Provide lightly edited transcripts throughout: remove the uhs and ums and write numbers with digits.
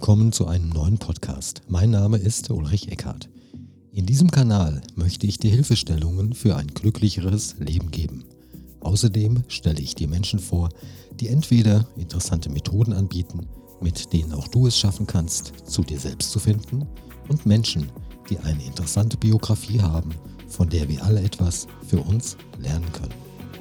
willkommen zu einem neuen Podcast. Mein Name ist Ulrich Eckhardt. In diesem Kanal möchte ich dir Hilfestellungen für ein glücklicheres Leben geben. Außerdem stelle ich dir Menschen vor, die entweder interessante Methoden anbieten, mit denen auch du es schaffen kannst, zu dir selbst zu finden, und Menschen, die eine interessante Biografie haben, von der wir alle etwas für uns lernen können.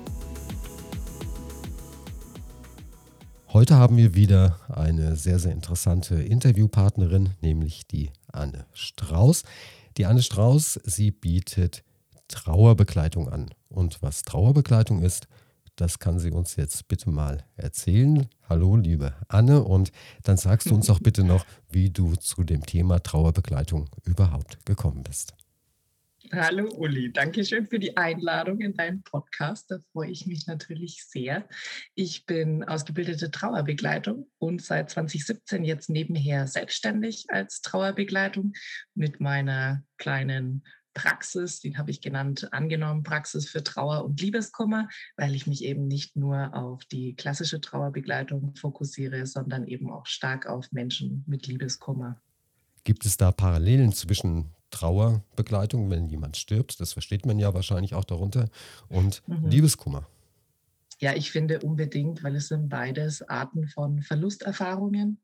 Heute haben wir wieder eine sehr, sehr interessante Interviewpartnerin, nämlich die Anne Strauß. Die Anne Strauß, sie bietet Trauerbegleitung an. Und was Trauerbegleitung ist, das kann sie uns jetzt bitte mal erzählen. Hallo, liebe Anne. Und dann sagst du uns auch bitte noch, wie du zu dem Thema Trauerbegleitung überhaupt gekommen bist. Hallo Uli, danke schön für die Einladung in deinen Podcast. Da freue ich mich natürlich sehr. Ich bin ausgebildete Trauerbegleitung und seit 2017 jetzt nebenher selbstständig als Trauerbegleitung mit meiner kleinen Praxis, die habe ich genannt, angenommen Praxis für Trauer und Liebeskummer, weil ich mich eben nicht nur auf die klassische Trauerbegleitung fokussiere, sondern eben auch stark auf Menschen mit Liebeskummer. Gibt es da Parallelen zwischen Trauerbegleitung, wenn jemand stirbt, das versteht man ja wahrscheinlich auch darunter, und Mhm. Liebeskummer? Ja, ich finde unbedingt, weil es sind beides Arten von Verlusterfahrungen,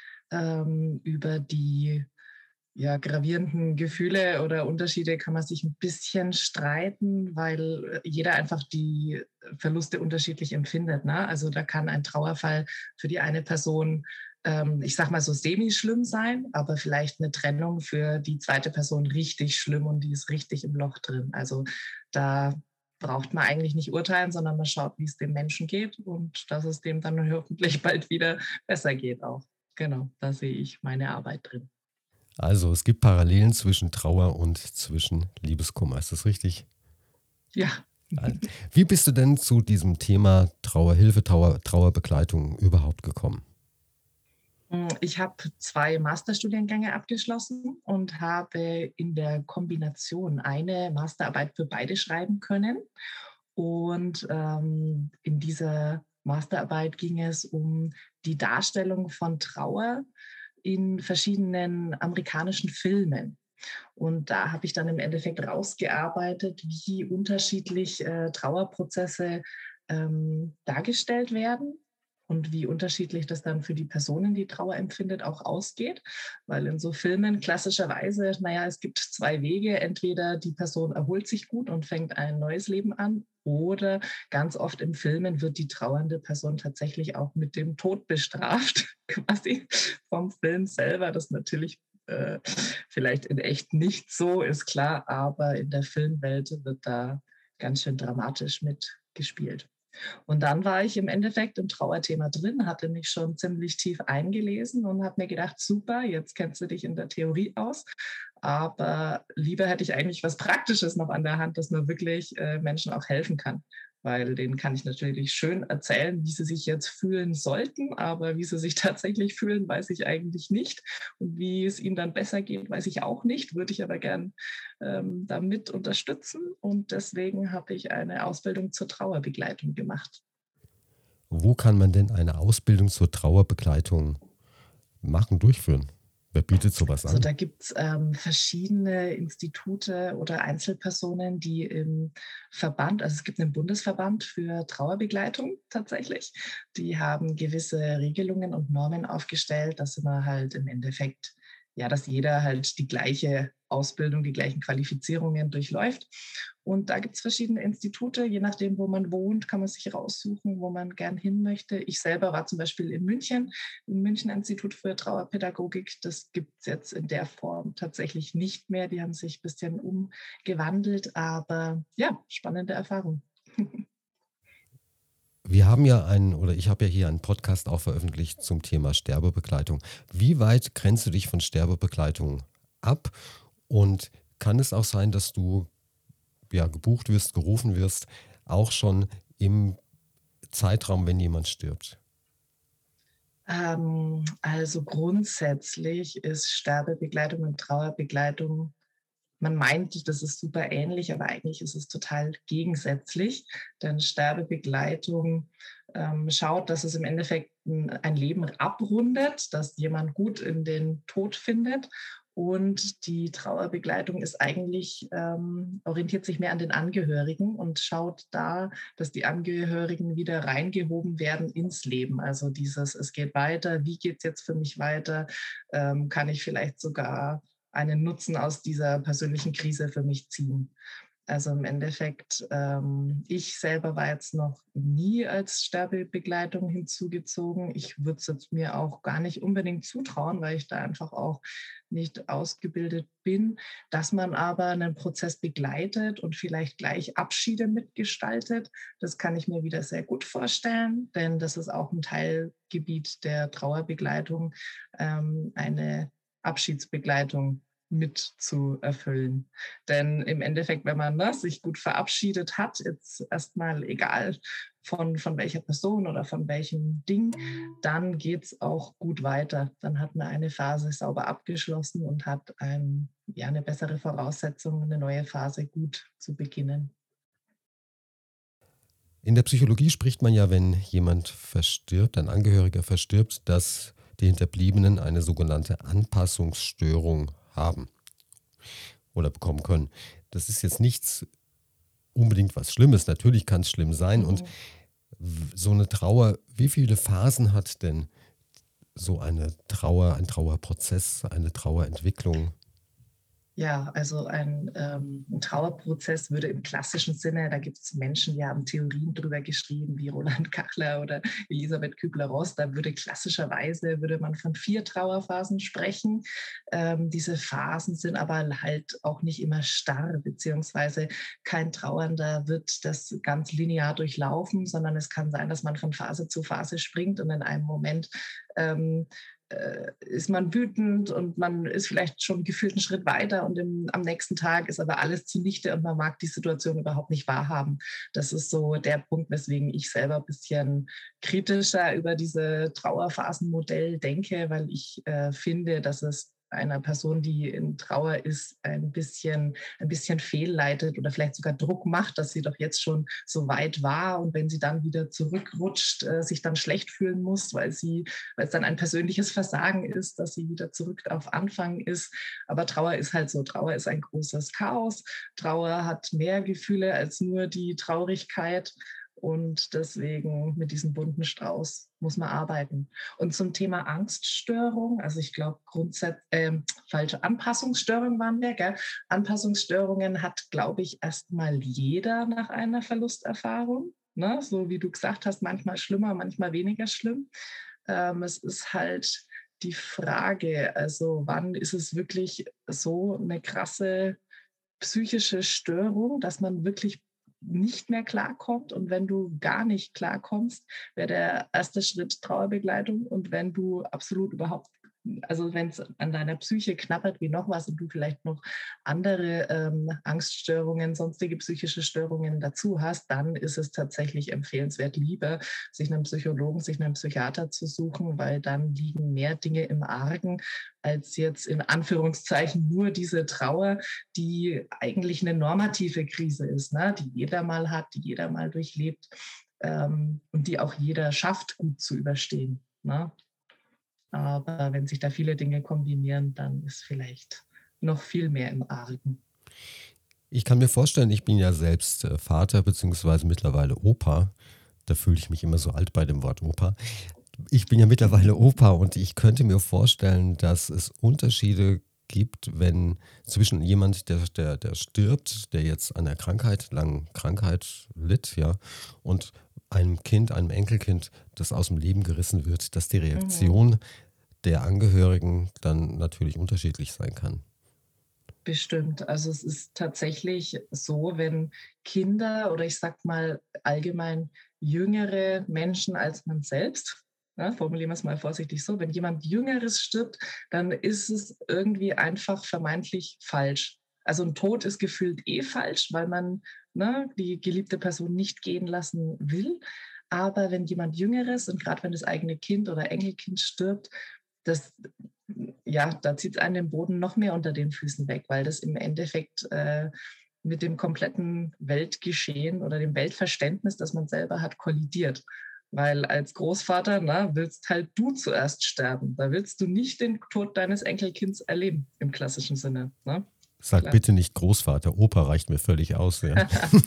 über die gravierenden Gefühle oder Unterschiede kann man sich ein bisschen streiten, weil jeder einfach die Verluste unterschiedlich empfindet. Ne? Also da kann ein Trauerfall für die eine Person, ich sag mal so semi-schlimm sein, aber vielleicht eine Trennung für die zweite Person richtig schlimm und die ist richtig im Loch drin. Also da braucht man eigentlich nicht urteilen, sondern man schaut, wie es dem Menschen geht und dass es dem dann hoffentlich bald wieder besser geht auch. Genau, da sehe ich meine Arbeit drin. Also es gibt Parallelen zwischen Trauer und zwischen Liebeskummer. Ist das richtig? Ja. Wie bist du denn zu diesem Thema Trauerhilfe, Trauerbegleitung überhaupt gekommen? Ich habe 2 Masterstudiengänge abgeschlossen und habe in der Kombination eine Masterarbeit für beide schreiben können. Und, in dieser Masterarbeit ging es um die Darstellung von Trauer in verschiedenen amerikanischen Filmen. Und da habe ich dann im Endeffekt rausgearbeitet, wie unterschiedlich, Trauerprozesse, dargestellt werden und wie unterschiedlich das dann für die Personen, die Trauer empfindet, auch ausgeht. Weil in so Filmen klassischerweise, naja, es gibt 2 Wege. Entweder die Person erholt sich gut und fängt ein neues Leben an oder ganz oft in Filmen wird die trauernde Person tatsächlich auch mit dem Tod bestraft, quasi vom Film selber. Das natürlich vielleicht in echt nicht so, ist klar, aber in der Filmwelt wird da ganz schön dramatisch mitgespielt. Und dann war ich im Endeffekt im Trauerthema drin, hatte mich schon ziemlich tief eingelesen und habe mir gedacht, super, jetzt kennst du dich in der Theorie aus. Aber lieber hätte ich eigentlich was Praktisches noch an der Hand, dass man wirklich Menschen auch helfen kann. Weil denen kann ich natürlich schön erzählen, wie sie sich jetzt fühlen sollten, aber wie sie sich tatsächlich fühlen, weiß ich eigentlich nicht. Und wie es ihnen dann besser geht, weiß ich auch nicht, würde ich aber gern damit unterstützen. Und deswegen habe ich eine Ausbildung zur Trauerbegleitung gemacht. Wo kann man denn eine Ausbildung zur Trauerbegleitung machen, durchführen? Wer bietet sowas Also an? da gibt es verschiedene Institute oder Einzelpersonen, die im Verband, also es gibt einen Bundesverband für Trauerbegleitung tatsächlich, die haben gewisse Regelungen und Normen aufgestellt, dass man halt im Endeffekt, ja, dass jeder halt die gleiche Ausbildung, die gleichen Qualifizierungen durchläuft. Und da gibt es verschiedene Institute, je nachdem, wo man wohnt, kann man sich raussuchen, wo man gern hin möchte. Ich selber war zum Beispiel in München, im München Institut für Trauerpädagogik. Das gibt es jetzt in der Form tatsächlich nicht mehr. Die haben sich ein bisschen umgewandelt, aber ja, spannende Erfahrung. Wir haben ja oder ich habe ja hier einen Podcast auch veröffentlicht zum Thema Sterbebegleitung. Wie weit grenzt du dich von Sterbebegleitung ab? Und kann es auch sein, dass du ja gebucht wirst, gerufen wirst, auch schon im Zeitraum, wenn jemand stirbt? Also grundsätzlich ist Sterbebegleitung und Trauerbegleitung, man meint, das ist super ähnlich, aber eigentlich ist es total gegensätzlich. Denn Sterbebegleitung schaut, dass es im Endeffekt ein Leben abrundet, dass jemand gut in den Tod findet. Und die Trauerbegleitung ist eigentlich, orientiert sich mehr an den Angehörigen und schaut da, dass die Angehörigen wieder reingehoben werden ins Leben. Also dieses, es geht weiter, wie geht es jetzt für mich weiter? Kann ich vielleicht sogar einen Nutzen aus dieser persönlichen Krise für mich ziehen? Also im Endeffekt, ich selber war jetzt noch nie als Sterbebegleitung hinzugezogen. Ich würde es jetzt mir auch gar nicht unbedingt zutrauen, weil ich da einfach auch nicht ausgebildet bin. Dass man aber einen Prozess begleitet und vielleicht gleich Abschiede mitgestaltet, das kann ich mir wieder sehr gut vorstellen, denn das ist auch ein Teilgebiet der Trauerbegleitung, eine Abschiedsbegleitung mit zu erfüllen. Denn im Endeffekt, wenn man sich gut verabschiedet hat, jetzt erstmal egal von welcher Person oder von welchem Ding, dann geht es auch gut weiter. Dann hat man eine Phase sauber abgeschlossen und hat eine bessere Voraussetzung, eine neue Phase gut zu beginnen. In der Psychologie spricht man ja, wenn jemand verstirbt, ein Angehöriger verstirbt, dass die Hinterbliebenen eine sogenannte Anpassungsstörung haben oder bekommen können. Das ist jetzt nichts unbedingt was Schlimmes. Natürlich kann es schlimm sein. Und Mhm. so eine Trauer, wie viele Phasen hat denn so eine Trauer, ein Trauerprozess, eine Trauerentwicklung? Ja, also ein Trauerprozess würde im klassischen Sinne, da gibt es Menschen, die haben Theorien drüber geschrieben, wie Roland Kachler oder Elisabeth Kübler-Ross, da würde man von 4 Trauerphasen sprechen. Diese Phasen sind aber halt auch nicht immer starr, beziehungsweise kein Trauernder wird das ganz linear durchlaufen, sondern es kann sein, dass man von Phase zu Phase springt und in einem Moment ähm, ist man wütend und man ist vielleicht schon gefühlt einen Schritt weiter und am nächsten Tag ist aber alles zunichte und man mag die Situation überhaupt nicht wahrhaben. Das ist so der Punkt, weswegen ich selber ein bisschen kritischer über diese Trauerphasenmodell denke, weil ich finde, dass es einer Person, die in Trauer ist, ein bisschen fehlleitet oder vielleicht sogar Druck macht, dass sie doch jetzt schon so weit war und wenn sie dann wieder zurückrutscht, sich dann schlecht fühlen muss, weil es dann ein persönliches Versagen ist, dass sie wieder zurück auf Anfang ist. Aber Trauer ist halt so. Trauer ist ein großes Chaos. Trauer hat mehr Gefühle als nur die Traurigkeit. Und deswegen mit diesem bunten Strauß muss man arbeiten. Und zum Thema Angststörung, also ich glaube grundsätzlich, falsche Anpassungsstörung waren wir, gell? Anpassungsstörungen hat, glaube ich, erstmal jeder nach einer Verlusterfahrung. Ne? So wie du gesagt hast, manchmal schlimmer, manchmal weniger schlimm. Es ist halt die Frage, also wann ist es wirklich so eine krasse psychische Störung, dass man wirklich nicht mehr klarkommt. Und wenn du gar nicht klarkommst, wäre der erste Schritt Trauerbegleitung. Und wenn du absolut überhaupt, also wenn es an deiner Psyche knabbert wie noch was und du vielleicht noch andere Angststörungen, sonstige psychische Störungen dazu hast, dann ist es tatsächlich empfehlenswert, lieber sich einen Psychologen, sich einen Psychiater zu suchen, weil dann liegen mehr Dinge im Argen als jetzt in Anführungszeichen nur diese Trauer, die eigentlich eine normative Krise ist, ne? Die jeder mal hat, die jeder mal durchlebt und die auch jeder schafft, gut zu überstehen. Ne? Aber wenn sich da viele Dinge kombinieren, dann ist vielleicht noch viel mehr im Argen. Ich kann mir vorstellen, ich bin ja selbst Vater beziehungsweise mittlerweile Opa. Da fühle ich mich immer so alt bei dem Wort Opa. Ich bin ja mittlerweile Opa und ich könnte mir vorstellen, dass es Unterschiede gibt, wenn zwischen jemand, der stirbt, der jetzt an einer Krankheit, langen Krankheit litt, ja, und einem Kind, einem Enkelkind, das aus dem Leben gerissen wird, dass die Mhm. Reaktion der Angehörigen dann natürlich unterschiedlich sein kann. Bestimmt. Also es ist tatsächlich so, wenn Kinder oder ich sag mal allgemein jüngere Menschen als man selbst, ne, formulieren wir es mal vorsichtig so, wenn jemand Jüngeres stirbt, dann ist es irgendwie einfach vermeintlich falsch. Also ein Tod ist gefühlt falsch, weil man die geliebte Person nicht gehen lassen will. Aber wenn jemand Jüngeres und gerade wenn das eigene Kind oder Enkelkind stirbt, das ja, da zieht es einen den Boden noch mehr unter den Füßen weg, weil das im Endeffekt mit dem kompletten Weltgeschehen oder dem Weltverständnis, das man selber hat, kollidiert. Weil als Großvater, willst halt du zuerst sterben. Da willst du nicht den Tod deines Enkelkinds erleben, im klassischen Sinne. Ne? Sag Klar. bitte nicht Großvater, Opa reicht mir völlig aus. Ja.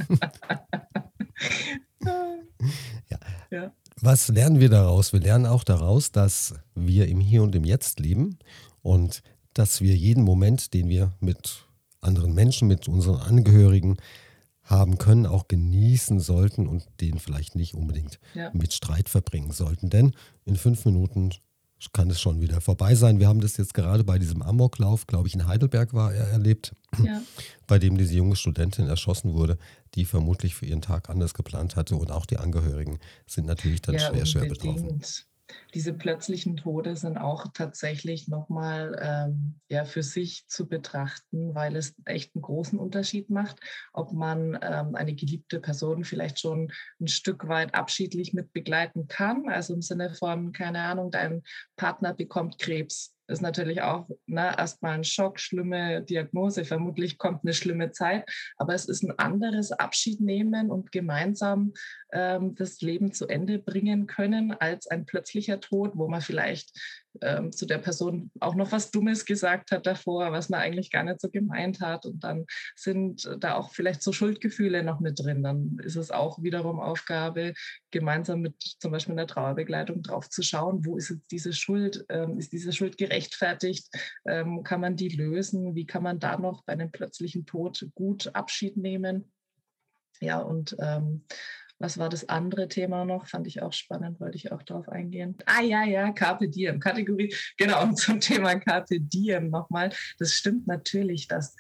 Ja. Ja. Was lernen wir daraus? Wir lernen auch daraus, dass wir im Hier und im Jetzt leben und dass wir jeden Moment, den wir mit anderen Menschen, mit unseren Angehörigen haben können, auch genießen sollten und den vielleicht nicht unbedingt Ja. mit Streit verbringen sollten. Denn in 5 Minuten kann es schon wieder vorbei sein. Wir haben das jetzt gerade bei diesem Amoklauf, glaube ich, in Heidelberg war er erlebt, Ja. bei dem diese junge Studentin erschossen wurde, die vermutlich für ihren Tag anders geplant hatte. Und auch die Angehörigen sind natürlich dann schwer betroffen. Diese plötzlichen Tode sind auch tatsächlich nochmal für sich zu betrachten, weil es echt einen großen Unterschied macht, ob man eine geliebte Person vielleicht schon ein Stück weit abschiedlich mit begleiten kann. Also im Sinne von, keine Ahnung, dein Partner bekommt Krebs. Ist natürlich auch erstmal ein Schock, schlimme Diagnose. Vermutlich kommt eine schlimme Zeit, aber es ist ein anderes Abschied nehmen und gemeinsam das Leben zu Ende bringen können, als ein plötzlicher Tod, wo man vielleicht zu der Person auch noch was Dummes gesagt hat davor, was man eigentlich gar nicht so gemeint hat. Und dann sind da auch vielleicht so Schuldgefühle noch mit drin. Dann ist es auch wiederum Aufgabe, gemeinsam mit zum Beispiel einer Trauerbegleitung drauf zu schauen, wo ist jetzt diese Schuld, ist diese Schuld gerechtfertigt, kann man die lösen, wie kann man da noch bei einem plötzlichen Tod gut Abschied nehmen. Ja, und was war das andere Thema noch? Fand ich auch spannend, wollte ich auch drauf eingehen. Ja, Carpe Diem, Kategorie, genau, und zum Thema Carpe Diem nochmal. Das stimmt natürlich, dass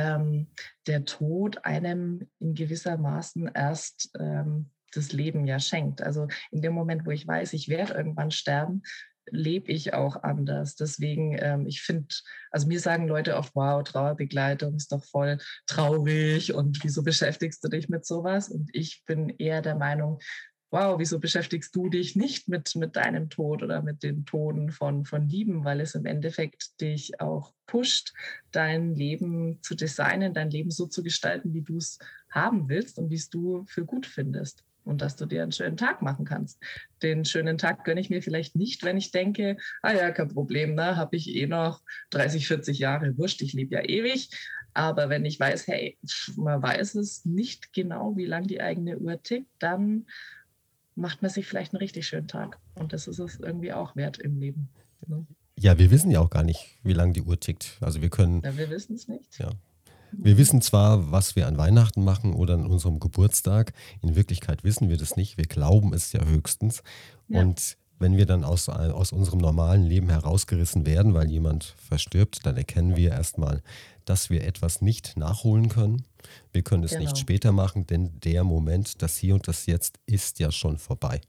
der Tod einem in gewisser Maßen erst das Leben ja schenkt. Also in dem Moment, wo ich weiß, ich werde irgendwann sterben, lebe ich auch anders. Deswegen, ich finde, also mir sagen Leute oft, wow, Trauerbegleitung ist doch voll traurig und wieso beschäftigst du dich mit sowas? Und ich bin eher der Meinung, wow, wieso beschäftigst du dich nicht mit deinem Tod oder mit den Toten von Lieben, weil es im Endeffekt dich auch pusht, dein Leben zu designen, dein Leben so zu gestalten, wie du es haben willst und wie es du für gut findest. Und dass du dir einen schönen Tag machen kannst. Den schönen Tag gönne ich mir vielleicht nicht, wenn ich denke, kein Problem, habe ich noch 30, 40 Jahre, wurscht, ich lebe ja ewig. Aber wenn ich weiß, hey, man weiß es nicht genau, wie lang die eigene Uhr tickt, dann macht man sich vielleicht einen richtig schönen Tag. Und das ist es irgendwie auch wert im Leben. Ne? Ja, wir wissen ja auch gar nicht, wie lange die Uhr tickt. Also wir können... Ja, wir wissen es nicht. Ja. Wir wissen zwar, was wir an Weihnachten machen oder an unserem Geburtstag. In Wirklichkeit wissen wir das nicht. Wir glauben es ja höchstens. Ja. Und wenn wir dann aus unserem normalen Leben herausgerissen werden, weil jemand verstirbt, dann erkennen wir erstmal, dass wir etwas nicht nachholen können. Wir können es nicht später machen, denn der Moment, das Hier und das Jetzt, ist ja schon vorbei.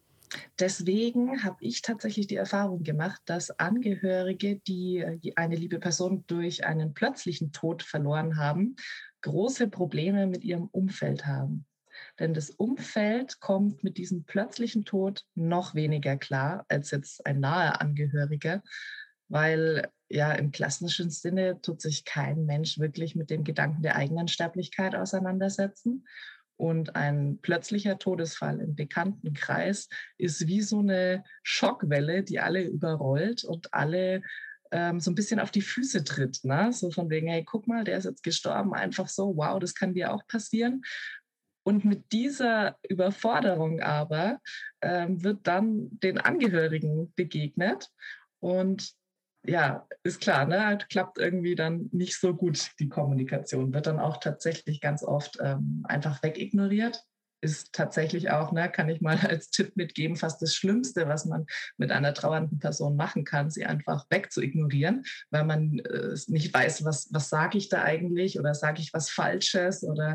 Deswegen habe ich tatsächlich die Erfahrung gemacht, dass Angehörige, die eine liebe Person durch einen plötzlichen Tod verloren haben, große Probleme mit ihrem Umfeld haben. Denn das Umfeld kommt mit diesem plötzlichen Tod noch weniger klar als jetzt ein naher Angehöriger, weil ja im klassischen Sinne tut sich kein Mensch wirklich mit dem Gedanken der eigenen Sterblichkeit auseinandersetzen. Und ein plötzlicher Todesfall im Bekanntenkreis ist wie so eine Schockwelle, die alle überrollt und alle so ein bisschen auf die Füße tritt. Ne? So von wegen, hey, guck mal, der ist jetzt gestorben, einfach so, wow, das kann dir auch passieren. Und mit dieser Überforderung aber wird dann den Angehörigen begegnet. Und ja, ist klar, ne? Klappt irgendwie dann nicht so gut, die Kommunikation. Wird dann auch tatsächlich ganz oft einfach wegignoriert. Ist tatsächlich auch, ne, kann ich mal als Tipp mitgeben, fast das Schlimmste, was man mit einer trauernden Person machen kann, sie einfach wegzuignorieren, weil man nicht weiß, was sage ich da eigentlich oder sage ich was Falsches oder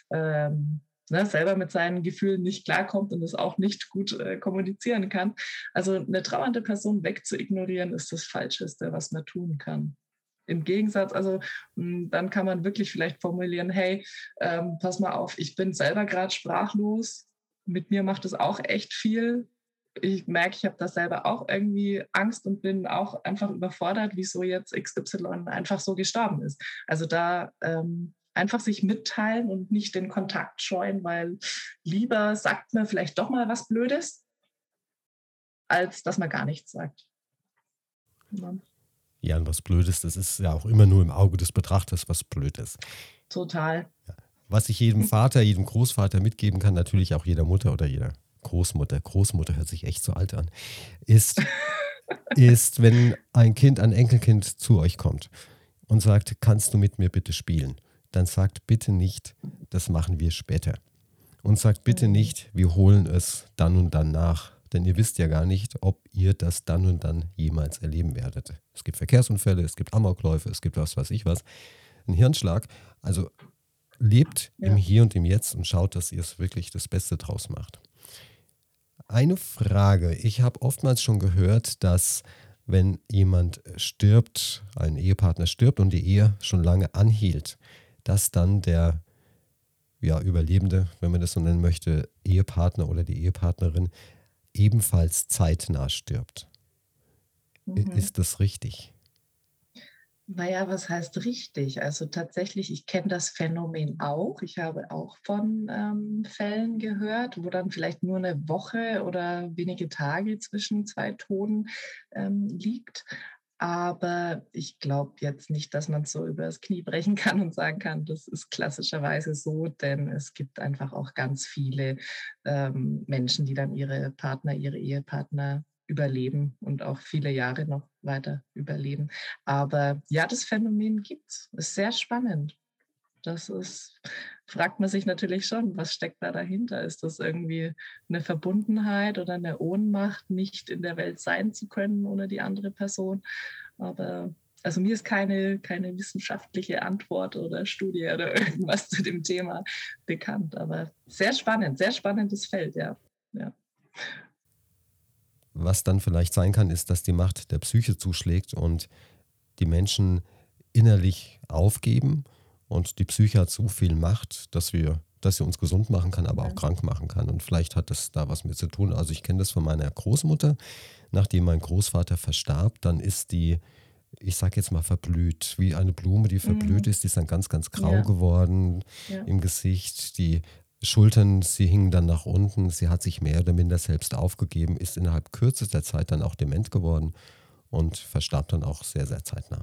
selber mit seinen Gefühlen nicht klarkommt und es auch nicht gut kommunizieren kann. Also eine trauernde Person wegzuignorieren, ist das Falscheste, was man tun kann. Im Gegensatz, also dann kann man wirklich vielleicht formulieren, hey, pass mal auf, ich bin selber gerade sprachlos, mit mir macht es auch echt viel. Ich merke, ich habe da selber auch irgendwie Angst und bin auch einfach überfordert, wieso jetzt XY einfach so gestorben ist. Also da einfach sich mitteilen und nicht den Kontakt scheuen, weil lieber sagt man vielleicht doch mal was Blödes, als dass man gar nichts sagt. Ja, Ja, und was Blödes, das ist ja auch immer nur im Auge des Betrachters, was blöd ist. total. Was ich jedem Vater, jedem Großvater mitgeben kann, natürlich auch jeder Mutter oder jeder Großmutter, Großmutter hört sich echt so alt an, ist, wenn ein Enkelkind zu euch kommt und sagt, kannst du mit mir bitte spielen? Dann sagt bitte nicht, das machen wir später. Und sagt bitte Mhm. nicht, wir holen es dann und dann nach. Denn ihr wisst ja gar nicht, ob ihr das dann und dann jemals erleben werdet. Es gibt Verkehrsunfälle, es gibt Amokläufe, es gibt was weiß ich was. Ein Hirnschlag. Also lebt im Ja. Hier und im Jetzt und schaut, dass ihr es wirklich das Beste draus macht. Eine Frage. Ich habe oftmals schon gehört, dass wenn jemand stirbt, ein Ehepartner stirbt und die Ehe schon lange anhielt, dass dann der Überlebende, wenn man das so nennen möchte, Ehepartner oder die Ehepartnerin ebenfalls zeitnah stirbt. Mhm. Ist das richtig? Naja, was heißt richtig? Also tatsächlich, ich kenne das Phänomen auch. Ich habe auch von Fällen gehört, wo dann vielleicht nur eine Woche oder wenige Tage zwischen zwei Toten liegt. Aber ich glaube jetzt nicht, dass man es so über das Knie brechen kann und sagen kann, das ist klassischerweise so, denn es gibt einfach auch ganz viele Menschen, die dann ihre Partner, ihre Ehepartner überleben und auch viele Jahre noch weiter überleben. Aber ja, das Phänomen gibt's. Ist sehr spannend. Das ist fragt man sich natürlich schon, was steckt da dahinter? Ist das irgendwie eine Verbundenheit oder eine Ohnmacht, nicht in der Welt sein zu können ohne die andere Person? Aber also mir ist keine wissenschaftliche Antwort oder Studie oder irgendwas zu dem Thema bekannt, aber sehr spannendes Feld, ja. Ja. Was dann vielleicht sein kann, ist, dass die Macht der Psyche zuschlägt und die Menschen innerlich aufgeben und die Psyche hat so viel Macht, dass sie uns gesund machen kann, aber auch Ja. krank machen kann. Und vielleicht hat das da was mit zu tun. Also ich kenne das von meiner Großmutter. Nachdem mein Großvater verstarb, dann ist die, ich sage jetzt mal, verblüht. Wie eine Blume, die verblüht Mhm. ist, die ist dann ganz, ganz grau Ja, geworden ja. im Gesicht. Die Schultern, sie hingen dann nach unten. Sie hat sich mehr oder minder selbst aufgegeben, ist innerhalb kürzester Zeit dann auch dement geworden und verstarb dann auch sehr, sehr zeitnah.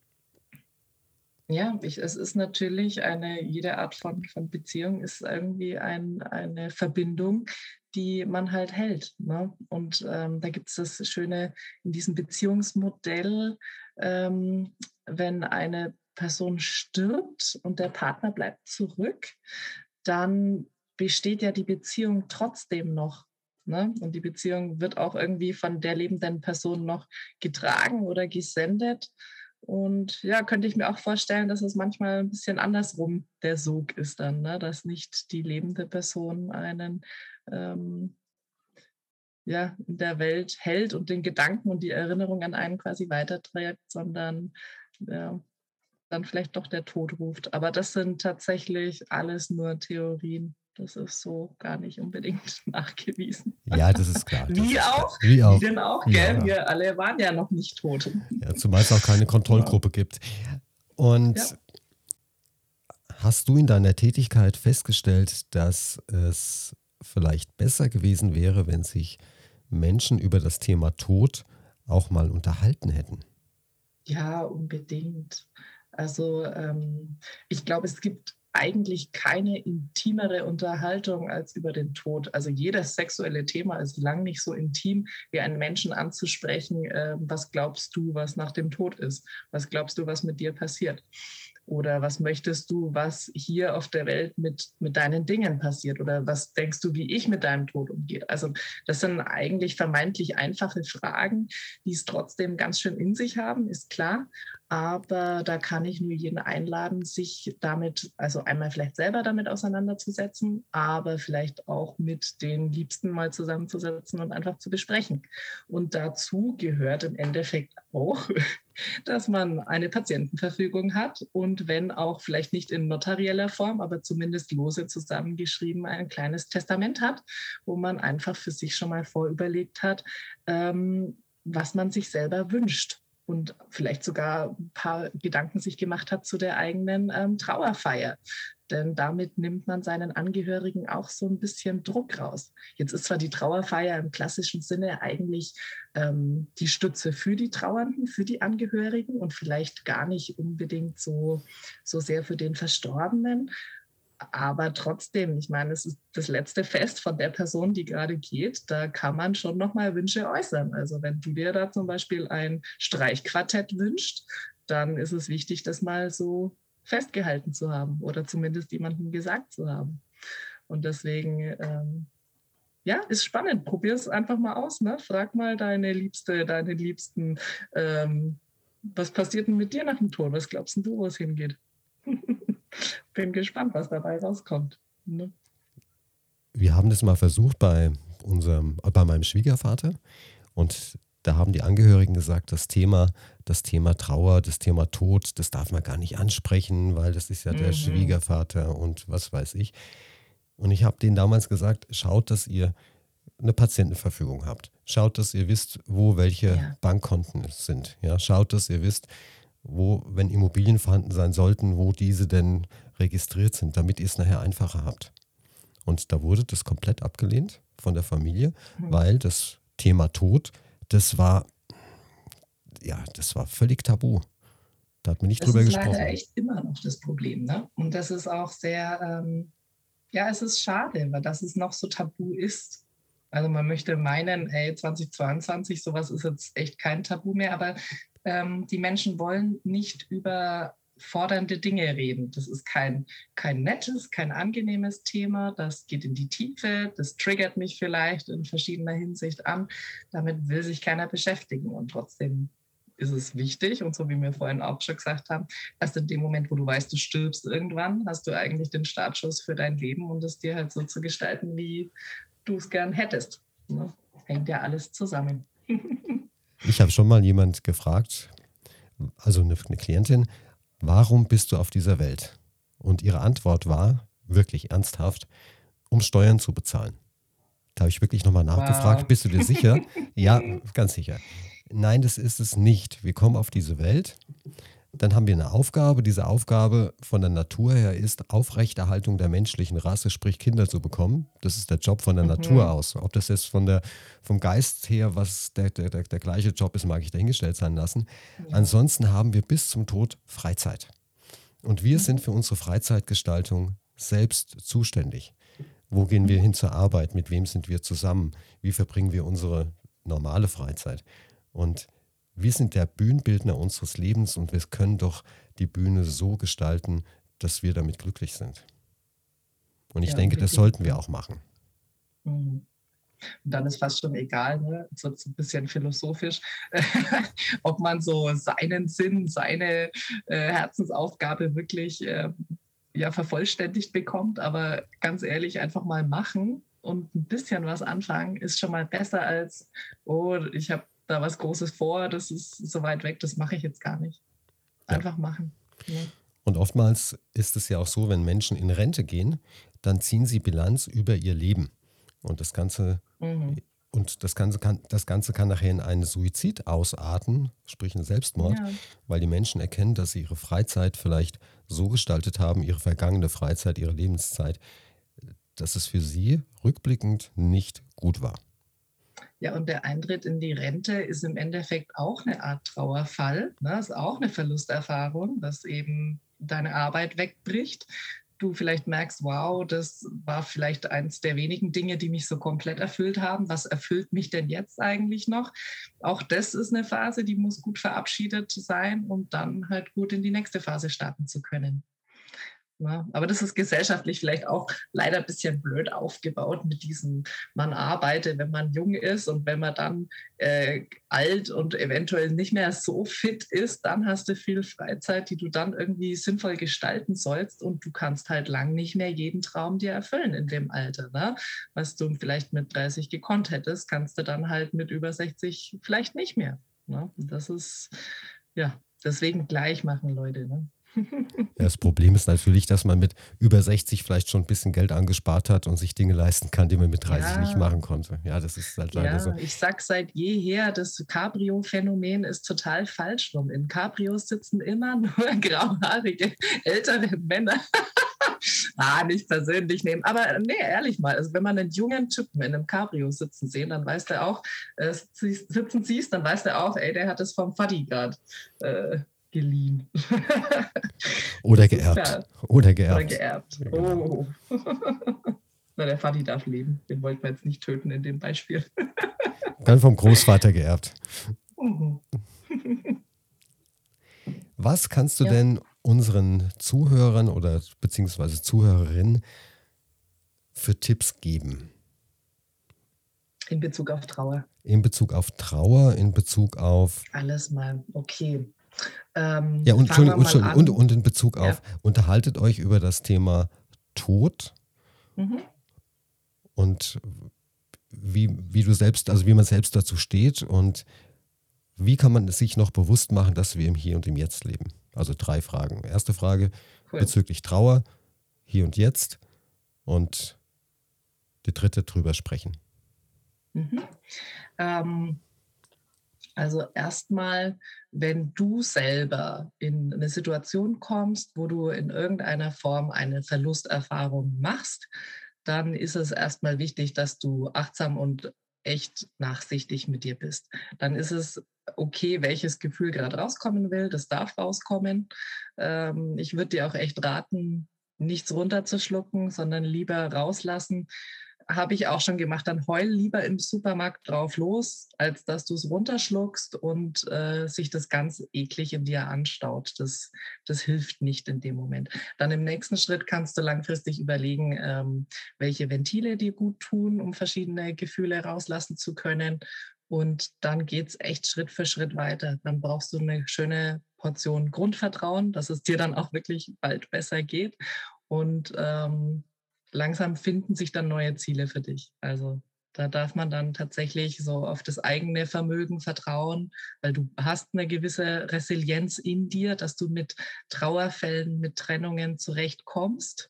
Ja, es ist natürlich jede Art von Beziehung ist irgendwie eine Verbindung, die man halt hält. Ne? Und da gibt es das Schöne in diesem Beziehungsmodell, wenn eine Person stirbt und der Partner bleibt zurück, dann besteht ja die Beziehung trotzdem noch. Ne? Und die Beziehung wird auch irgendwie von der lebenden Person noch getragen oder gesendet. Und ja, könnte ich mir auch vorstellen, dass es manchmal ein bisschen andersrum der Sog ist dann, ne? Dass nicht die lebende Person einen ähm, ja, in der Welt hält und den Gedanken und die Erinnerung an einen quasi weiterträgt, sondern ja, dann vielleicht doch der Tod ruft. Aber das sind tatsächlich alles nur Theorien. Das ist so gar nicht unbedingt nachgewiesen. Ja, das ist klar, das Wie ist klar. auch, Wie wie auch. denn auch, gell? Ja, Wir alle waren ja noch nicht tot. ja, zumal es auch keine Ja. Kontrollgruppe gibt. Ja. Und hast du in deiner Tätigkeit festgestellt, dass es vielleicht besser gewesen wäre, wenn sich Menschen über das Thema Tod auch mal unterhalten hätten? Ja, unbedingt. Also, ich glaube, es gibt eigentlich keine intimere Unterhaltung als über den Tod. Also jedes sexuelle Thema ist lang nicht so intim, wie einen Menschen anzusprechen, was glaubst du, was nach dem Tod ist? Was glaubst du, was mit dir passiert? Oder was möchtest du, was hier auf der Welt mit deinen Dingen passiert? Oder was denkst du, wie ich mit deinem Tod umgehe? Also das sind eigentlich vermeintlich einfache Fragen, die es trotzdem ganz schön in sich haben, ist klar. Aber da kann ich nur jeden einladen, sich damit, also einmal vielleicht selber damit auseinanderzusetzen, aber vielleicht auch mit den Liebsten mal zusammenzusetzen und einfach zu besprechen. Und dazu gehört im Endeffekt auch, dass man eine Patientenverfügung hat und wenn auch vielleicht nicht in notarieller Form, aber zumindest lose zusammengeschrieben ein kleines Testament hat, wo man einfach für sich schon mal vorüberlegt hat, was man sich selber wünscht. und vielleicht sogar ein paar Gedanken sich gemacht hat zu der eigenen Trauerfeier. Denn damit nimmt man seinen Angehörigen auch so ein bisschen Druck raus. Jetzt ist zwar die Trauerfeier im klassischen Sinne eigentlich die Stütze für die Trauernden, für die Angehörigen und vielleicht gar nicht unbedingt so sehr für den Verstorbenen. Aber trotzdem, ich meine, es ist das letzte Fest von der Person, die gerade geht. Da kann man schon nochmal Wünsche äußern. Also wenn du dir da zum Beispiel ein Streichquartett wünscht, dann ist es wichtig, das mal so festgehalten zu haben oder zumindest jemandem gesagt zu haben. Und deswegen, ja, ist spannend. Probier es einfach mal aus. Ne? Frag mal deine Liebste, deine Liebsten, was passiert denn mit dir nach dem Tod? Was glaubst du, wo es hingeht? Bin gespannt, was dabei rauskommt. Ne? Wir haben das mal versucht bei meinem Schwiegervater, und da haben die Angehörigen gesagt, das Thema Trauer, das Thema Tod, das darf man gar nicht ansprechen, weil das ist ja der Mhm. Schwiegervater und was weiß ich. Und ich habe denen damals gesagt, schaut, dass ihr eine Patientenverfügung habt. Schaut, dass ihr wisst, wo welche Ja. Bankkonten es sind. Ja, schaut, dass ihr wisst, wo, wenn Immobilien vorhanden sein sollten, wo diese denn registriert sind, damit ihr es nachher einfacher habt. Und da wurde das komplett abgelehnt von der Familie, Mhm. weil das Thema Tod, das war, ja, das war völlig tabu. Da hat man nicht Das drüber ist leider gesprochen. echt immer noch das Problem. Ne? Und das ist auch sehr, ja, es ist schade, weil das es noch so tabu ist. Also man möchte meinen, ey, 2022, sowas ist jetzt echt kein Tabu mehr, aber die Menschen wollen nicht über fordernde Dinge reden. Das ist kein nettes, kein angenehmes Thema. Das geht in die Tiefe. Das triggert mich vielleicht in verschiedener Hinsicht an. Damit will sich keiner beschäftigen. Und trotzdem ist es wichtig. Und so wie wir vorhin auch schon gesagt haben, erst in dem Moment, wo du weißt, du stirbst irgendwann, hast du eigentlich den Startschuss für dein Leben und es dir halt so zu gestalten, wie du es gern hättest. Ne? Hängt ja alles zusammen. Ich habe schon mal jemand gefragt, also eine Klientin, warum bist du auf dieser Welt? Und ihre Antwort war, wirklich ernsthaft, um Steuern zu bezahlen. Da habe ich wirklich nochmal nachgefragt, Wow. bist du dir sicher? Ja, ganz sicher. Nein, das ist es nicht. Wir kommen auf diese Welt, dann haben wir eine Aufgabe. Diese Aufgabe von der Natur her ist Aufrechterhaltung der menschlichen Rasse, sprich Kinder zu bekommen. Das ist der Job von der Natur Mhm. aus. Ob das jetzt vom Geist her, was der gleiche Job ist, mag ich dahingestellt sein lassen. Ja. Ansonsten haben wir bis zum Tod Freizeit. Und wir sind Mhm. für unsere Freizeitgestaltung selbst zuständig. Wo gehen wir Mhm. hin zur Arbeit? Mit wem sind wir zusammen? Wie verbringen wir unsere normale Freizeit? Und wir sind der Bühnenbildner unseres Lebens und wir können doch die Bühne so gestalten, dass wir damit glücklich sind. Und ich Ja, denke, das unbedingt. sollten wir Ne? auch machen. Mhm. Und dann ist fast schon egal, ne? Jetzt wird es ein bisschen philosophisch, ob man so seinen Sinn, seine Herzensaufgabe wirklich ja, vervollständigt bekommt. Aber ganz ehrlich, einfach mal machen und ein bisschen was anfangen, ist schon mal besser als, oh, ich habe da was Großes vor, das ist so weit weg, das mache ich jetzt gar nicht. Ja. Einfach machen. Ne? Und oftmals ist es ja auch so, wenn Menschen in Rente gehen, dann ziehen sie Bilanz über ihr Leben. Und Mhm. das Ganze kann nachher in einen Suizid ausarten, sprich einen Selbstmord, Ja. weil die Menschen erkennen, dass sie ihre Freizeit vielleicht so gestaltet haben, ihre vergangene Freizeit, ihre Lebenszeit, dass es für sie rückblickend nicht gut war. Ja, und der Eintritt in die Rente ist im Endeffekt auch eine Art Trauerfall. Ne? Ist auch eine Verlusterfahrung, dass eben deine Arbeit wegbricht. Du vielleicht merkst, wow, das war vielleicht eins der wenigen Dinge, die mich so komplett erfüllt haben. Was erfüllt mich denn jetzt eigentlich noch? Auch das ist eine Phase, die muss gut verabschiedet sein, um dann halt gut in die nächste Phase starten zu können. Ja, aber das ist gesellschaftlich vielleicht auch leider ein bisschen blöd aufgebaut mit diesem, man arbeitet, wenn man jung ist und wenn man dann alt und eventuell nicht mehr so fit ist, dann hast du viel Freizeit, die du dann irgendwie sinnvoll gestalten sollst und du kannst halt lang nicht mehr jeden Traum dir erfüllen in dem Alter. Ne? Was du vielleicht mit 30 gekonnt hättest, kannst du dann halt mit über 60 vielleicht nicht mehr. Ne? Das ist, ja, deswegen gleich machen, Leute. Ne? Ja, das Problem ist natürlich, dass man mit über 60 vielleicht schon ein bisschen Geld angespart hat und sich Dinge leisten kann, die man mit 30 nicht Ja, machen konnte. Ja, das ist halt leider so. ja, ich sag seit jeher, das Cabrio-Phänomen ist total falsch rum. In Cabrios sitzen immer nur grauhaarige ältere Männer. Nicht persönlich nehmen, aber nee, ehrlich mal, also wenn man einen jungen Typen in einem Cabrio sitzen sehen, dann weiß der auch, sitzen siehst, dann weiß der auch, ey, der hat es vom Vati gerade geliehen. Oder Das ist geerbt. klar. Oder Oder geerbt. geerbt. Ja, genau. Oh. Na, der Vati darf leben. Den wollten wir jetzt nicht töten in dem Beispiel. Dann vom Großvater geerbt. Mhm. Was kannst du Ja, denn unseren Zuhörern oder beziehungsweise Zuhörerinnen für Tipps geben? in Bezug auf Trauer. In Bezug auf Trauer, in Bezug auf, Alles mal. Okay. ja, und Fangen wir Entschuldigung, mal Entschuldigung, an. und in Bezug auf, Ja. unterhaltet euch über das Thema Tod Mhm. und wie du selbst, also wie man selbst dazu steht und wie kann man es sich noch bewusst machen, dass wir im Hier und im Jetzt leben? Also 3 Fragen. Erste Frage Cool. bezüglich Trauer, hier und jetzt, und die dritte drüber sprechen. Mhm. Ähm, also erstmal, wenn du selber in eine Situation kommst, wo du in irgendeiner Form eine Verlusterfahrung machst, dann ist es erstmal wichtig, dass du achtsam und echt nachsichtig mit dir bist. Dann ist es okay, welches Gefühl gerade rauskommen will, das darf rauskommen. Ich würde dir auch echt raten, nichts runterzuschlucken, sondern lieber rauslassen. Habe ich auch schon gemacht. Dann heul lieber im Supermarkt drauf los, als dass du es runterschluckst und sich das ganz eklig in dir anstaut. Das hilft nicht in dem Moment. Dann im nächsten Schritt kannst du langfristig überlegen, welche Ventile dir gut tun, um verschiedene Gefühle rauslassen zu können. Und dann geht es echt Schritt für Schritt weiter. Dann brauchst du eine schöne Portion Grundvertrauen, dass es dir dann auch wirklich bald besser geht. Und langsam finden sich dann neue Ziele für dich. Also da darf man dann tatsächlich so auf das eigene Vermögen vertrauen, weil du hast eine gewisse Resilienz in dir, dass du mit Trauerfällen, mit Trennungen zurechtkommst.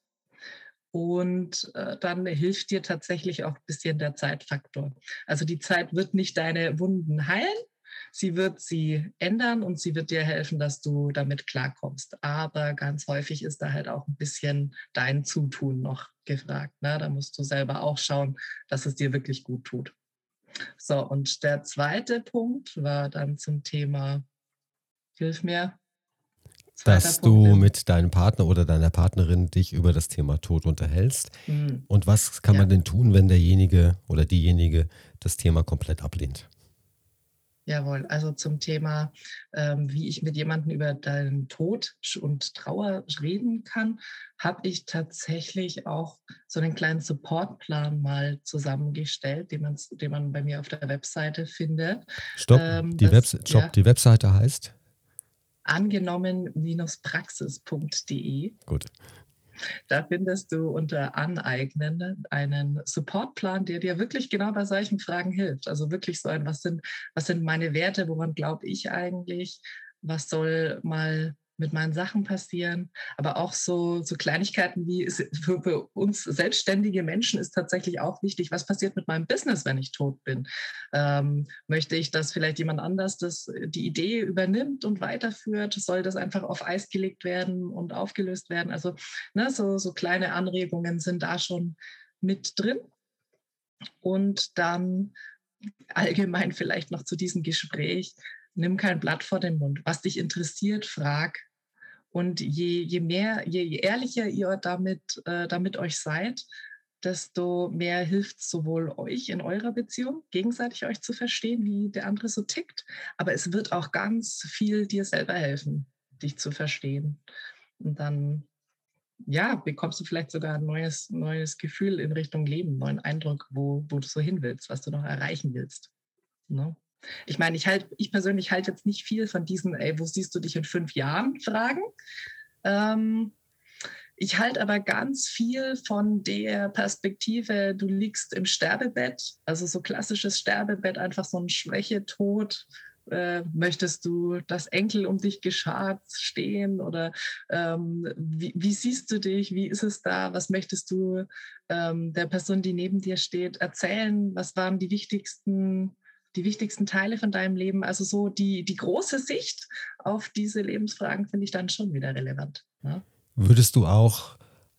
Und dann hilft dir tatsächlich auch ein bisschen der Zeitfaktor. Also die Zeit wird nicht deine Wunden heilen, sie wird sie ändern und sie wird dir helfen, dass du damit klarkommst. Aber ganz häufig ist da halt auch ein bisschen dein Zutun noch gefragt. Ne? Da musst du selber auch schauen, dass es dir wirklich gut tut. So, und der zweite Punkt war dann zum Thema, hilf mir, zweiter Dass Punkt du ist, mit deinem Partner oder deiner Partnerin dich über das Thema Tod unterhältst. hm, Und was kann man ja. denn tun, wenn derjenige oder diejenige das Thema komplett ablehnt? Jawohl, also zum Thema, wie ich mit jemandem über deinen Tod und Trauer reden kann, habe ich tatsächlich auch so einen kleinen Supportplan mal zusammengestellt, den man bei mir auf der Webseite findet. Stopp, Ja, die Webseite heißt? angenommen-praxis.de. Gut. Da findest du unter Aneignen einen Supportplan, der dir wirklich genau bei solchen Fragen hilft. Also wirklich so ein, was sind meine Werte, woran glaube ich eigentlich, was soll mal mit meinen Sachen passieren, aber auch so Kleinigkeiten wie für uns selbstständige Menschen ist tatsächlich auch wichtig, was passiert mit meinem Business, wenn ich tot bin? Möchte ich, dass vielleicht jemand anders die Idee übernimmt und weiterführt? Soll das einfach auf Eis gelegt werden und aufgelöst werden? Also ne, so kleine Anregungen sind da schon mit drin. Und dann allgemein vielleicht noch zu diesem Gespräch, nimm kein Blatt vor den Mund. Was dich interessiert, frag. Und je ehrlicher ihr damit euch seid, desto mehr hilft es sowohl euch in eurer Beziehung, gegenseitig euch zu verstehen, wie der andere so tickt, aber es wird auch ganz viel dir selber helfen, dich zu verstehen. Und dann ja, bekommst du vielleicht sogar ein neues Gefühl in Richtung Leben, einen neuen Eindruck, wo du so hin willst, was du noch erreichen willst. Ne? Ich meine, ich persönlich halte jetzt nicht viel von diesen, ey, wo siehst du dich in 5 Jahren Fragen. Ähm, ich halte aber ganz viel von der Perspektive, du liegst im Sterbebett, also so klassisches Sterbebett, einfach so ein Schwächetod. Möchtest du, dass Enkel um dich geschart stehen? Oder wie siehst du dich? Wie ist es da? Was möchtest du der Person, die neben dir steht, erzählen? Was waren die wichtigsten Teile von deinem Leben? Also so die große Sicht auf diese Lebensfragen finde ich dann schon wieder relevant. Ja? Würdest du auch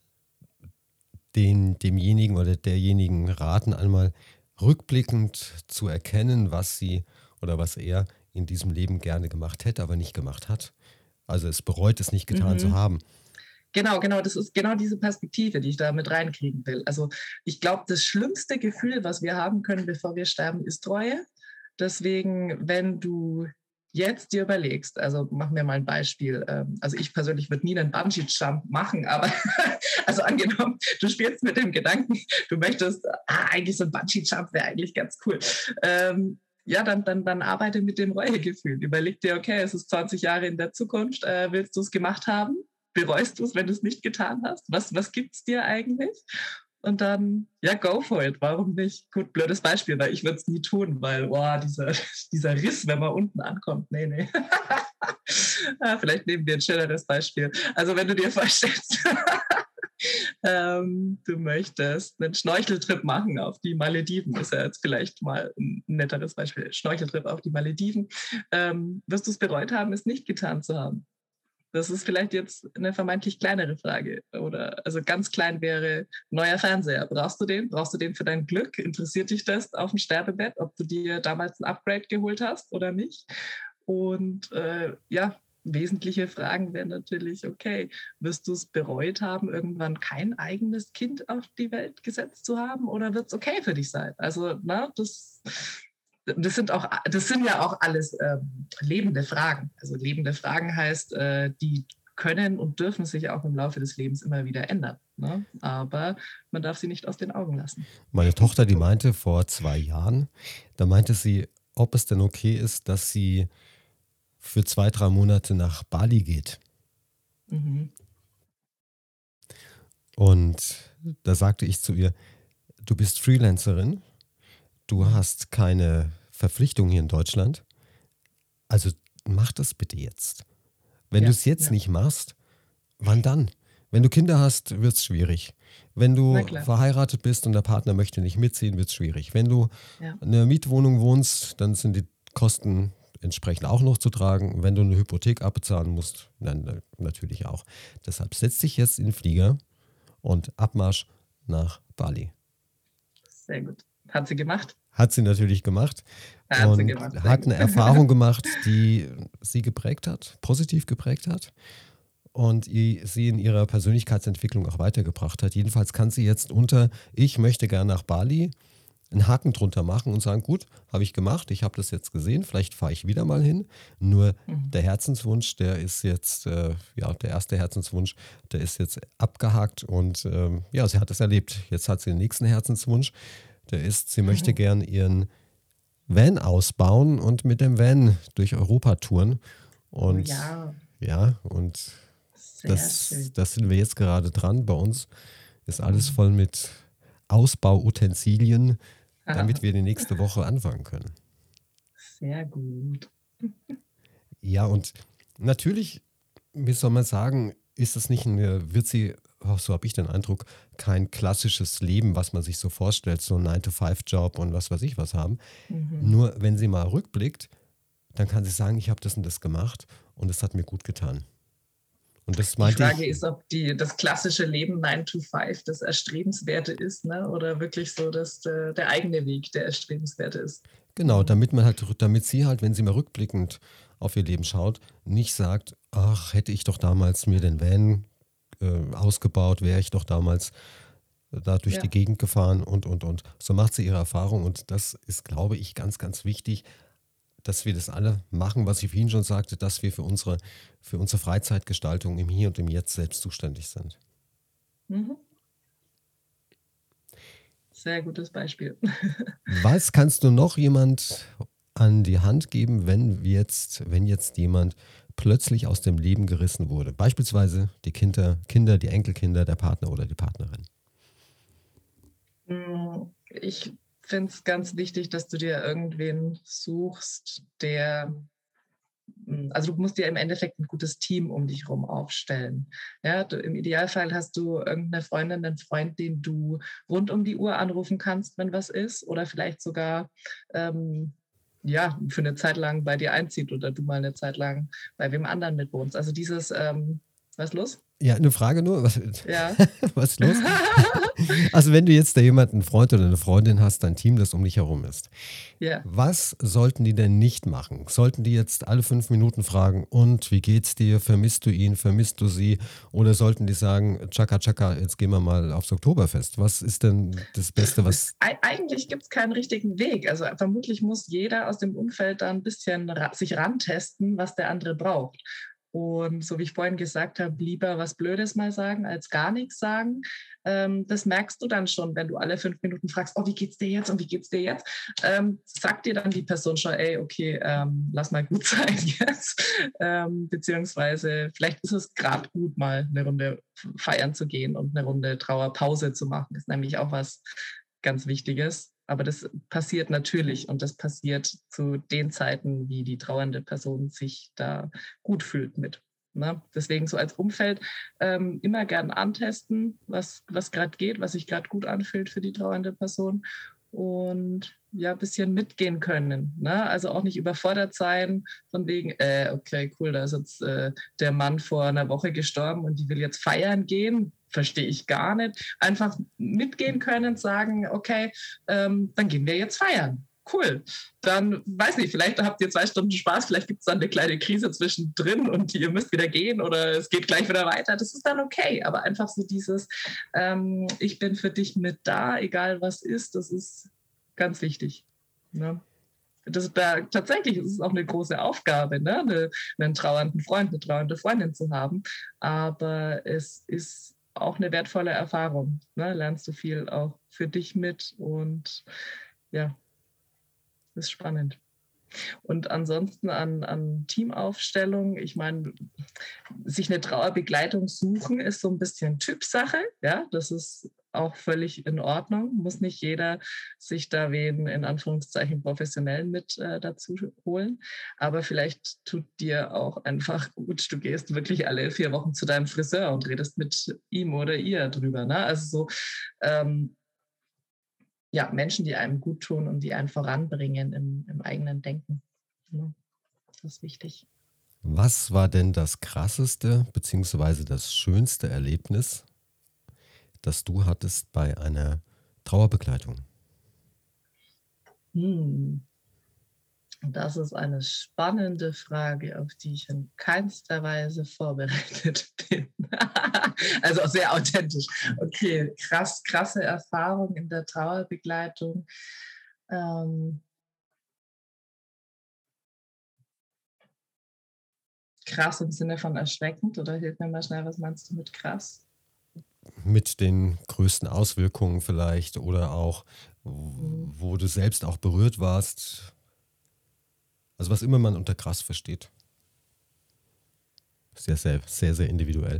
demjenigen oder derjenigen raten, einmal rückblickend zu erkennen, was sie oder was er in diesem Leben gerne gemacht hätte, aber nicht gemacht hat? Also es bereut, es nicht getan zu haben. Genau, das ist genau diese Perspektive, die ich da mit reinkriegen will. Also ich glaube, das schlimmste Gefühl, was wir haben können, bevor wir sterben, ist Treue. Deswegen, wenn du jetzt dir überlegst, also machen wir mal ein Beispiel, also ich persönlich würde nie einen Bungee-Jump machen, aber also angenommen, du spielst mit dem Gedanken, du möchtest, eigentlich so ein Bungee-Jump wäre eigentlich ganz cool. Ja, dann arbeite mit dem Reuegefühl. Überleg dir, okay, es ist 20 Jahre in der Zukunft, willst du es gemacht haben? Bereust du es, wenn du es nicht getan hast? Was gibt es dir eigentlich? Und dann, ja, go for it. Warum nicht? Gut, blödes Beispiel, weil ich würde es nie tun, weil, dieser Riss, wenn man unten ankommt, nee. Vielleicht nehmen wir ein schöneres Beispiel. Also wenn du dir vorstellst, du möchtest einen Schnorcheltrip machen auf die Malediven, ist ja jetzt vielleicht mal ein netteres Beispiel, Schnorcheltrip auf die Malediven, wirst du es bereut haben, es nicht getan zu haben? Das ist vielleicht jetzt eine vermeintlich kleinere Frage. Oder also ganz klein wäre neuer Fernseher. Brauchst du den? Brauchst du den für dein Glück? Interessiert dich das auf dem Sterbebett, ob du dir damals ein Upgrade geholt hast oder nicht? Und wesentliche Fragen wären natürlich, okay, wirst du es bereut haben, irgendwann kein eigenes Kind auf die Welt gesetzt zu haben? Oder wird es okay für dich sein? Also, das sind ja auch alles lebende Fragen. Also lebende Fragen heißt, die können und dürfen sich auch im Laufe des Lebens immer wieder ändern. Ne? Aber man darf sie nicht aus den Augen lassen. Meine Tochter, die meinte vor 2 Jahren, da meinte sie, ob es denn okay ist, dass sie für 2, 3 Monate nach Bali geht. Mhm. Und da sagte ich zu ihr, du bist Freelancerin, du hast keine Verpflichtung hier in Deutschland, also mach das bitte jetzt. Wenn du es jetzt nicht machst, wann dann? Wenn du Kinder hast, wird es schwierig. Wenn du verheiratet bist und der Partner möchte nicht mitziehen, wird es schwierig. Wenn du in einer Mietwohnung wohnst, dann sind die Kosten entsprechend auch noch zu tragen. Wenn du eine Hypothek abbezahlen musst, dann natürlich auch. Deshalb setz dich jetzt in den Flieger und Abmarsch nach Bali. Sehr gut. Hat sie gemacht? Hat sie natürlich gemacht und hat eine Erfahrung gemacht, die sie geprägt hat, positiv geprägt hat und sie in ihrer Persönlichkeitsentwicklung auch weitergebracht hat. Jedenfalls kann sie jetzt unter ich möchte gerne nach Bali einen Haken drunter machen und sagen, gut, habe ich gemacht, ich habe das jetzt gesehen, vielleicht fahre ich wieder mal hin. Nur der Herzenswunsch, der ist jetzt, der erste Herzenswunsch, der ist jetzt abgehakt und sie hat es erlebt. Jetzt hat sie den nächsten Herzenswunsch. Der ist, sie möchte gern ihren Van ausbauen und mit dem Van durch Europa touren. Und und das sind wir jetzt gerade dran. Bei uns ist alles voll mit Ausbauutensilien, damit wir die nächste Woche anfangen können. Sehr gut. Ja, und natürlich, wie soll man sagen, ist es nicht wird sie, so habe ich den Eindruck, kein klassisches Leben, was man sich so vorstellt, so ein 9-to-5-Job und was weiß ich was haben. Nur wenn sie mal rückblickt, dann kann sie sagen, ich habe das und das gemacht und es hat mir gut getan. Und das meinte die Frage ist, ob das klassische Leben 9-to-5 das Erstrebenswerte ist, ne? Oder wirklich so, dass der eigene Weg der Erstrebenswerte ist. Genau, damit sie halt, wenn sie mal rückblickend auf ihr Leben schaut, nicht sagt, ach, hätte ich doch damals mir den Van ausgebaut, wäre ich doch damals da durch die Gegend gefahren und. So macht sie ihre Erfahrung und das ist, glaube ich, ganz, ganz wichtig, dass wir das alle machen, was ich vorhin schon sagte, dass wir für unsere Freizeitgestaltung im Hier und im Jetzt selbst zuständig sind. Sehr gutes Beispiel. Was kannst du noch jemand an die Hand geben, wenn jetzt jemand plötzlich aus dem Leben gerissen wurde? Beispielsweise die Kinder, die Enkelkinder, der Partner oder die Partnerin. Ich finde es ganz wichtig, dass du dir irgendwen suchst, also du musst dir im Endeffekt ein gutes Team um dich herum aufstellen. Ja, im Idealfall hast du irgendeine Freundin, einen Freund, den du rund um die Uhr anrufen kannst, wenn was ist, oder vielleicht sogar ja, für eine Zeit lang bei dir einzieht oder du mal eine Zeit lang bei wem anderen mitwohnst. Also was ist los? Ja, eine Frage nur. Was, Ja. was ist los? Also, wenn du jetzt da jemanden, einen Freund oder eine Freundin hast, dein Team, das um dich herum ist. Ja. Was sollten die denn nicht machen? Sollten die jetzt alle 5 Minuten fragen, und wie geht's dir? Vermisst du ihn? Vermisst du sie? Oder sollten die sagen, Chaka Chaka, jetzt gehen wir mal aufs Oktoberfest? Was ist denn das Beste, was. Eigentlich gibt es keinen richtigen Weg. Also vermutlich muss jeder aus dem Umfeld da ein bisschen sich rantesten, was der andere braucht. Und so wie ich vorhin gesagt habe, lieber was Blödes mal sagen, als gar nichts sagen. Das merkst du dann schon, wenn du alle 5 Minuten fragst, oh, wie geht's dir jetzt und wie geht's dir jetzt? Sagt dir dann die Person schon, ey, okay, lass mal gut sein jetzt. Beziehungsweise vielleicht ist es gerade gut, mal eine Runde feiern zu gehen und eine Runde Trauerpause zu machen. Das ist nämlich auch was ganz Wichtiges. Aber das passiert natürlich und das passiert zu den Zeiten, wie die trauernde Person sich da gut fühlt mit. Ne? Deswegen so als Umfeld immer gern antesten, was gerade geht, was sich gerade gut anfühlt für die trauernde Person und ja, ein bisschen mitgehen können. Ne? Also auch nicht überfordert sein, von wegen, okay, cool, da ist jetzt der Mann vor einer Woche gestorben und die will jetzt feiern gehen. Verstehe ich gar nicht. Einfach mitgehen können, sagen, okay, dann gehen wir jetzt feiern. Cool. Dann, weiß nicht, vielleicht habt ihr 2 Stunden Spaß, vielleicht gibt es dann eine kleine Krise zwischendrin und ihr müsst wieder gehen oder es geht gleich wieder weiter. Das ist dann okay. Aber einfach so dieses, ich bin für dich mit da, egal was ist, das ist ganz wichtig. Ne? Tatsächlich ist es auch eine große Aufgabe, ne? Einen trauernden Freund, eine trauernde Freundin zu haben. Aber es ist auch eine wertvolle Erfahrung. Ne? Lernst du viel auch für dich mit und ja, ist spannend. Und ansonsten an Teamaufstellung, ich meine, sich eine Trauerbegleitung suchen, ist so ein bisschen Typsache. Ja, das ist auch völlig in Ordnung. Muss nicht jeder sich da wen in Anführungszeichen professionell mit dazu holen. Aber vielleicht tut dir auch einfach gut, du gehst wirklich alle 4 Wochen zu deinem Friseur und redest mit ihm oder ihr drüber. Ne? Also so ja, Menschen, die einem gut tun und die einen voranbringen im eigenen Denken. Ja, das ist wichtig. Was war denn das krasseste beziehungsweise das schönste Erlebnis, das du hattest bei einer Trauerbegleitung? Das ist eine spannende Frage, auf die ich in keinster Weise vorbereitet bin. Also auch sehr authentisch. Okay, krasse Erfahrung in der Trauerbegleitung. Krass im Sinne von erschreckend oder hilf mir mal schnell, was meinst du mit krass? Mit den größten Auswirkungen vielleicht oder auch, Hm. wo du selbst auch berührt warst. Also was immer man unter krass versteht. Sehr, sehr, sehr, sehr individuell.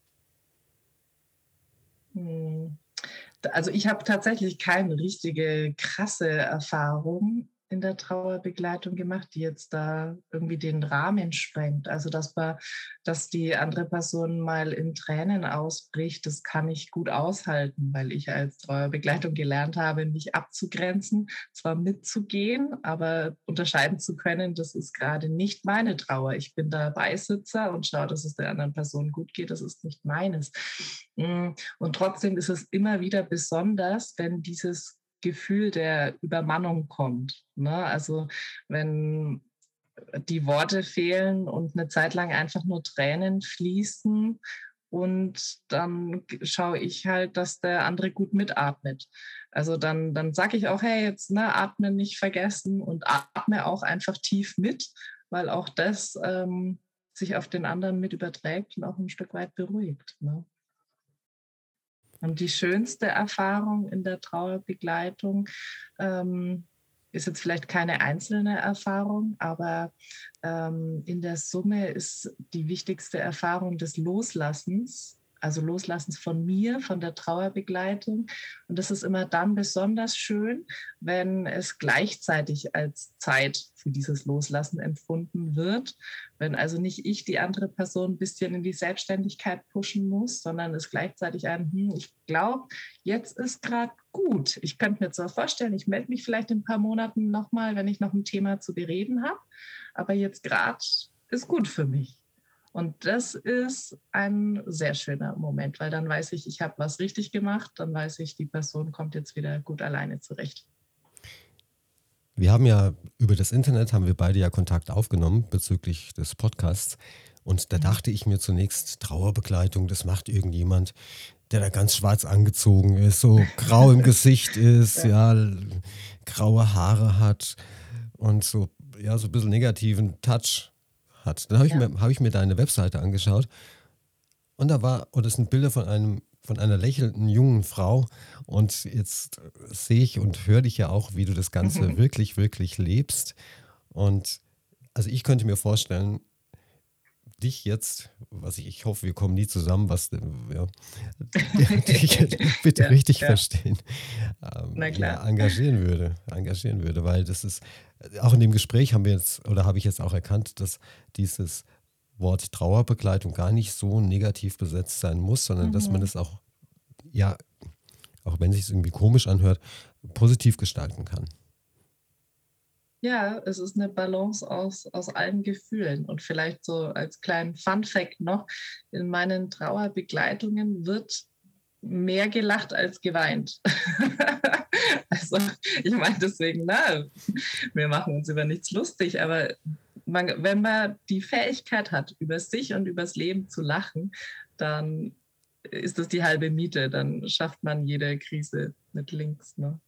Hm. Also ich habe tatsächlich keine richtige krasse Erfahrung in der Trauerbegleitung gemacht, die jetzt da irgendwie den Rahmen sprengt. Also dass die andere Person mal in Tränen ausbricht, das kann ich gut aushalten, weil ich als Trauerbegleitung gelernt habe, mich abzugrenzen, zwar mitzugehen, aber unterscheiden zu können, das ist gerade nicht meine Trauer. Ich bin da Beisitzer und schaue, dass es der anderen Person gut geht, das ist nicht meines. Und trotzdem ist es immer wieder besonders, wenn dieses Gefühl der Übermannung kommt. Ne? Also wenn die Worte fehlen und eine Zeit lang einfach nur Tränen fließen und dann schaue ich halt, dass der andere gut mitatmet. Also dann sage ich auch, hey, jetzt atmen nicht vergessen und atme auch einfach tief mit, weil auch das sich auf den anderen mit überträgt und auch ein Stück weit beruhigt. Ne? Und die schönste Erfahrung in der Trauerbegleitung ist jetzt vielleicht keine einzelne Erfahrung, aber in der Summe ist die wichtigste Erfahrung des Loslassens Also Loslassen von mir, von der Trauerbegleitung. Und das ist immer dann besonders schön, wenn es gleichzeitig als Zeit für dieses Loslassen empfunden wird. Wenn also nicht ich die andere Person ein bisschen in die Selbstständigkeit pushen muss, sondern es gleichzeitig ich glaube, jetzt ist gerade gut. Ich könnte mir zwar vorstellen, ich melde mich vielleicht in ein paar Monaten nochmal, wenn ich noch ein Thema zu bereden habe, aber jetzt gerade ist gut für mich. Und das ist ein sehr schöner Moment, weil dann weiß ich, ich habe was richtig gemacht, dann weiß ich, die Person kommt jetzt wieder gut alleine zurecht. Wir haben ja über das Internet, haben wir beide ja Kontakt aufgenommen bezüglich des Podcasts. Und da dachte ich mir zunächst, Trauerbegleitung, das macht irgendjemand, der da ganz schwarz angezogen ist, so grau im Gesicht ist, ja, graue Haare hat und so, ja, so ein bisschen negativen Touch hat. Dann habe ich mir deine Webseite angeschaut und das sind Bilder von einer lächelnden jungen Frau und jetzt sehe ich und höre dich ja auch, wie du das Ganze wirklich, wirklich lebst. Und also ich könnte mir vorstellen, dich jetzt, ich hoffe, wir kommen nie zusammen, dich bitte richtig verstehen, engagieren würde, weil das ist, auch in dem Gespräch habe ich jetzt auch erkannt, dass dieses Wort Trauerbegleitung gar nicht so negativ besetzt sein muss, sondern dass man es auch, ja, auch wenn es sich irgendwie komisch anhört, positiv gestalten kann. Ja, es ist eine Balance aus allen Gefühlen. Und vielleicht so als kleinen Fun-Fact noch, in meinen Trauerbegleitungen wird mehr gelacht als geweint. Also ich meine deswegen, wir machen uns über nichts lustig, aber wenn man die Fähigkeit hat, über sich und übers Leben zu lachen, dann ist das die halbe Miete. Dann schafft man jede Krise mit links. Ne?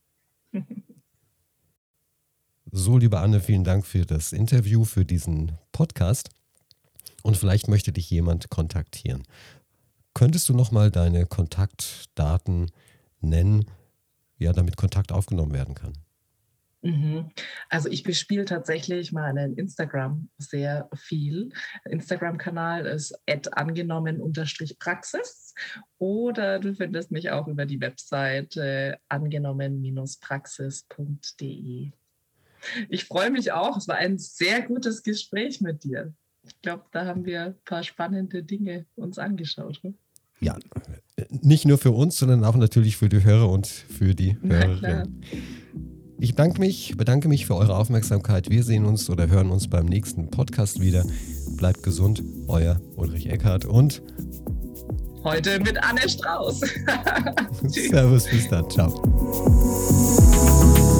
So, liebe Anne, vielen Dank für das Interview, für diesen Podcast. Und vielleicht möchte dich jemand kontaktieren. Könntest du nochmal deine Kontaktdaten nennen, ja, damit Kontakt aufgenommen werden kann? Also ich bespiele tatsächlich meinen Instagram sehr viel. Instagram-Kanal ist @angenommen_praxis oder du findest mich auch über die Webseite angenommen-praxis.de. Ich freue mich auch. Es war ein sehr gutes Gespräch mit dir. Ich glaube, da haben wir ein paar spannende Dinge uns angeschaut. Ne? Ja, nicht nur für uns, sondern auch natürlich für die Hörer und für die Hörerinnen. Ich bedanke mich für eure Aufmerksamkeit. Wir sehen uns oder hören uns beim nächsten Podcast wieder. Bleibt gesund, euer Ulrich Eckhardt und heute mit Anne Strauß. Servus, bis dann, ciao.